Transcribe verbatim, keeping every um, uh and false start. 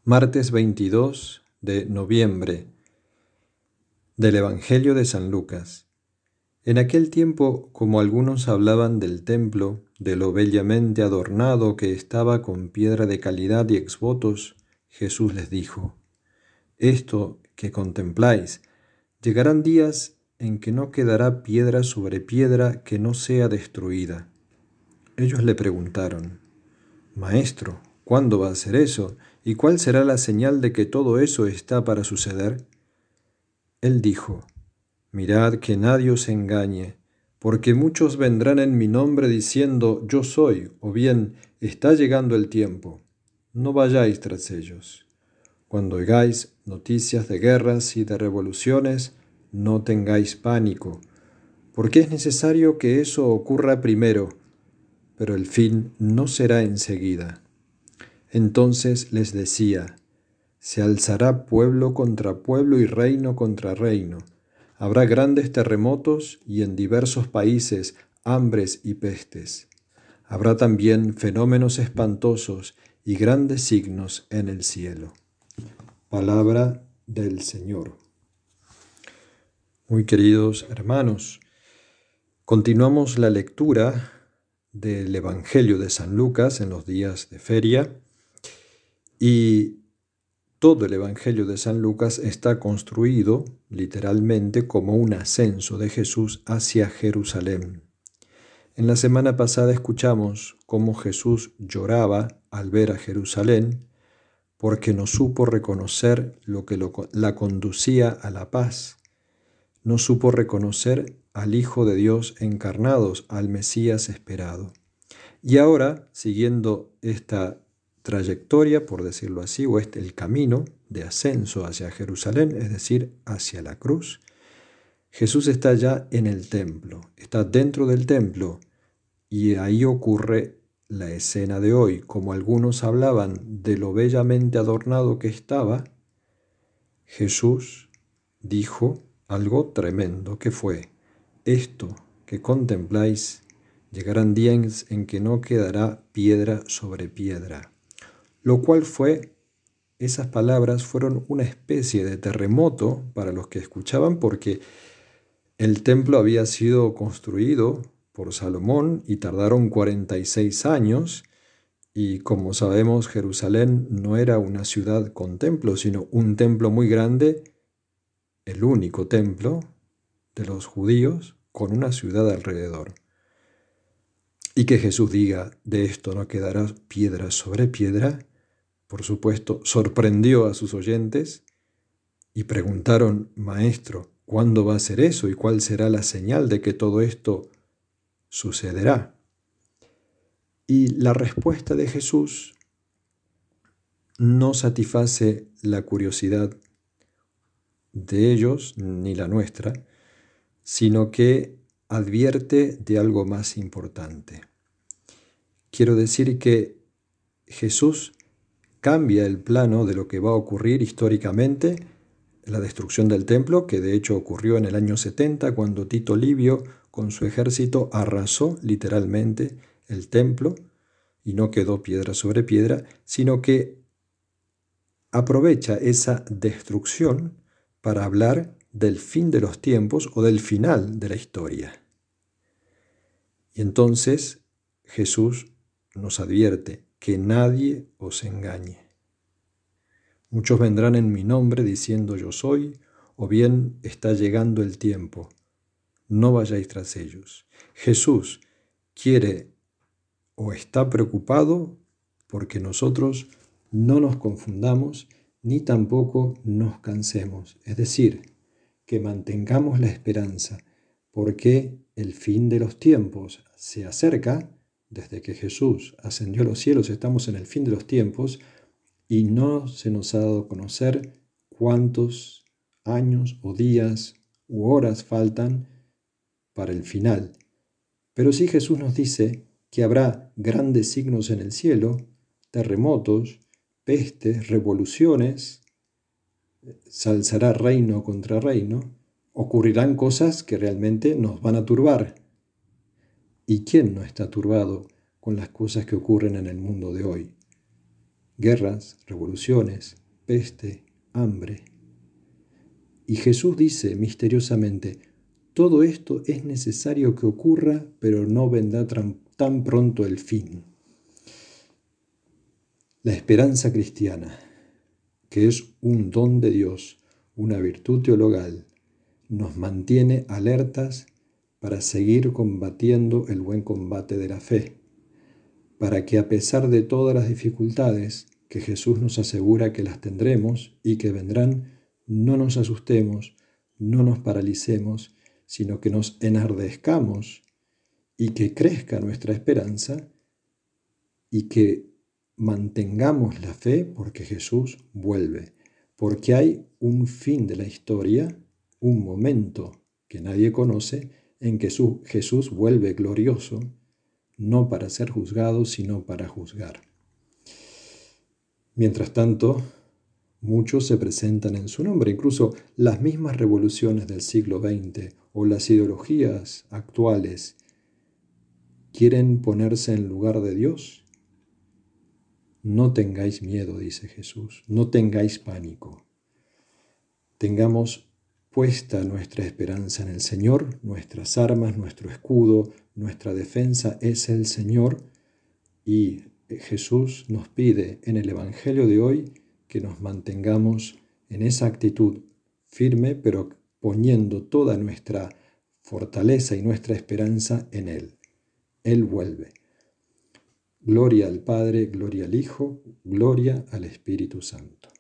Martes veintidós de noviembre del Evangelio de San Lucas. En aquel tiempo, como algunos hablaban del templo, de lo bellamente adornado que estaba con piedra de calidad y exvotos, Jesús les dijo: Esto que contempláis, llegarán días en que no quedará piedra sobre piedra que no sea destruida. Ellos le preguntaron: Maestro, ¿cuándo va a ser eso? ¿Y cuál será la señal de que todo eso está para suceder? Él dijo: Mirad que nadie os engañe, porque muchos vendrán en mi nombre diciendo Yo soy, o bien está llegando el tiempo. No vayáis tras ellos. Cuando oigáis noticias de guerras y de revoluciones, no tengáis pánico, porque es necesario que eso ocurra primero, pero el fin no será enseguida. Entonces les decía: Se alzará pueblo contra pueblo y reino contra reino. Habrá grandes terremotos y en diversos países hambres y pestes. Habrá también fenómenos espantosos y grandes signos en el cielo. Palabra del Señor. Muy queridos hermanos, continuamos la lectura del Evangelio de San Lucas en los días de feria y todo el Evangelio de San Lucas está construido literalmente como un ascenso de Jesús hacia Jerusalén. En la semana pasada escuchamos cómo Jesús lloraba al ver a Jerusalén porque no supo reconocer lo que lo, la conducía a la paz, no supo reconocer al Hijo de Dios encarnado, al Mesías esperado. Y ahora, siguiendo esta trayectoria, por decirlo así, o este el camino de ascenso hacia Jerusalén, es decir, hacia la cruz, Jesús está ya en el templo, está dentro del templo, y ahí ocurre la escena de hoy. Como algunos hablaban de lo bellamente adornado que estaba, Jesús dijo algo tremendo, que fue: esto que contempláis, llegarán días en que no quedará piedra sobre piedra. Lo cual fue, esas palabras fueron una especie de terremoto para los que escuchaban, porque el templo había sido construido por Salomón y tardaron cuarenta y seis años, y como sabemos, Jerusalén no era una ciudad con templo, sino un templo muy grande, el único templo de los judíos, con una ciudad alrededor. Y que Jesús diga, de esto no quedará piedra sobre piedra, por supuesto, sorprendió a sus oyentes y preguntaron: Maestro, ¿cuándo va a ser eso y cuál será la señal de que todo esto sucederá? Y la respuesta de Jesús no satisface la curiosidad de ellos ni la nuestra, sino que advierte de algo más importante. Quiero decir que Jesús cambia el plano de lo que va a ocurrir históricamente, la destrucción del templo, que de hecho ocurrió en el año setenta, cuando Tito Livio con su ejército arrasó literalmente el templo y no quedó piedra sobre piedra, sino que aprovecha esa destrucción para hablar del fin de los tiempos o del final de la historia. Y entonces Jesús nos advierte: que nadie os engañe. Muchos vendrán en mi nombre diciendo Yo soy, o bien está llegando el tiempo. No vayáis tras ellos. Jesús quiere o está preocupado porque nosotros no nos confundamos ni tampoco nos cansemos. Es decir, que mantengamos la esperanza, porque el fin de los tiempos se acerca. Desde que Jesús ascendió a los cielos estamos en el fin de los tiempos y no se nos ha dado a conocer cuántos años o días u horas faltan para el final. Pero sí Jesús nos dice que habrá grandes signos en el cielo, terremotos, pestes, revoluciones, se alzará reino contra reino, ocurrirán cosas que realmente nos van a turbar. ¿Y quién no está turbado con las cosas que ocurren en el mundo de hoy? guerras, revoluciones, peste, hambre. Y Jesús dice misteriosamente, todo esto es necesario que ocurra, pero no vendrá tan pronto el fin. La esperanza cristiana, que es un don de Dios, una virtud teologal, nos mantiene alertas para seguir combatiendo el buen combate de la fe, para que a pesar de todas las dificultades que Jesús nos asegura que las tendremos y que vendrán, no nos asustemos, no nos paralicemos, sino que nos enardezcamos y que crezca nuestra esperanza y que mantengamos la fe porque Jesús vuelve, porque hay un fin de la historia, un momento que nadie conoce en que Jesús vuelve glorioso, no para ser juzgado, sino para juzgar. Mientras tanto, muchos se presentan en su nombre, incluso las mismas revoluciones del siglo veinte o las ideologías actuales quieren ponerse en lugar de Dios. No tengáis miedo, dice Jesús, no tengáis pánico. Tengamos puesta nuestra esperanza en el Señor, nuestras armas, nuestro escudo, nuestra defensa es el Señor, y Jesús nos pide en el Evangelio de hoy que nos mantengamos en esa actitud firme, pero poniendo toda nuestra fortaleza y nuestra esperanza en Él. Él vuelve. Gloria al Padre, gloria al Hijo, gloria al Espíritu Santo.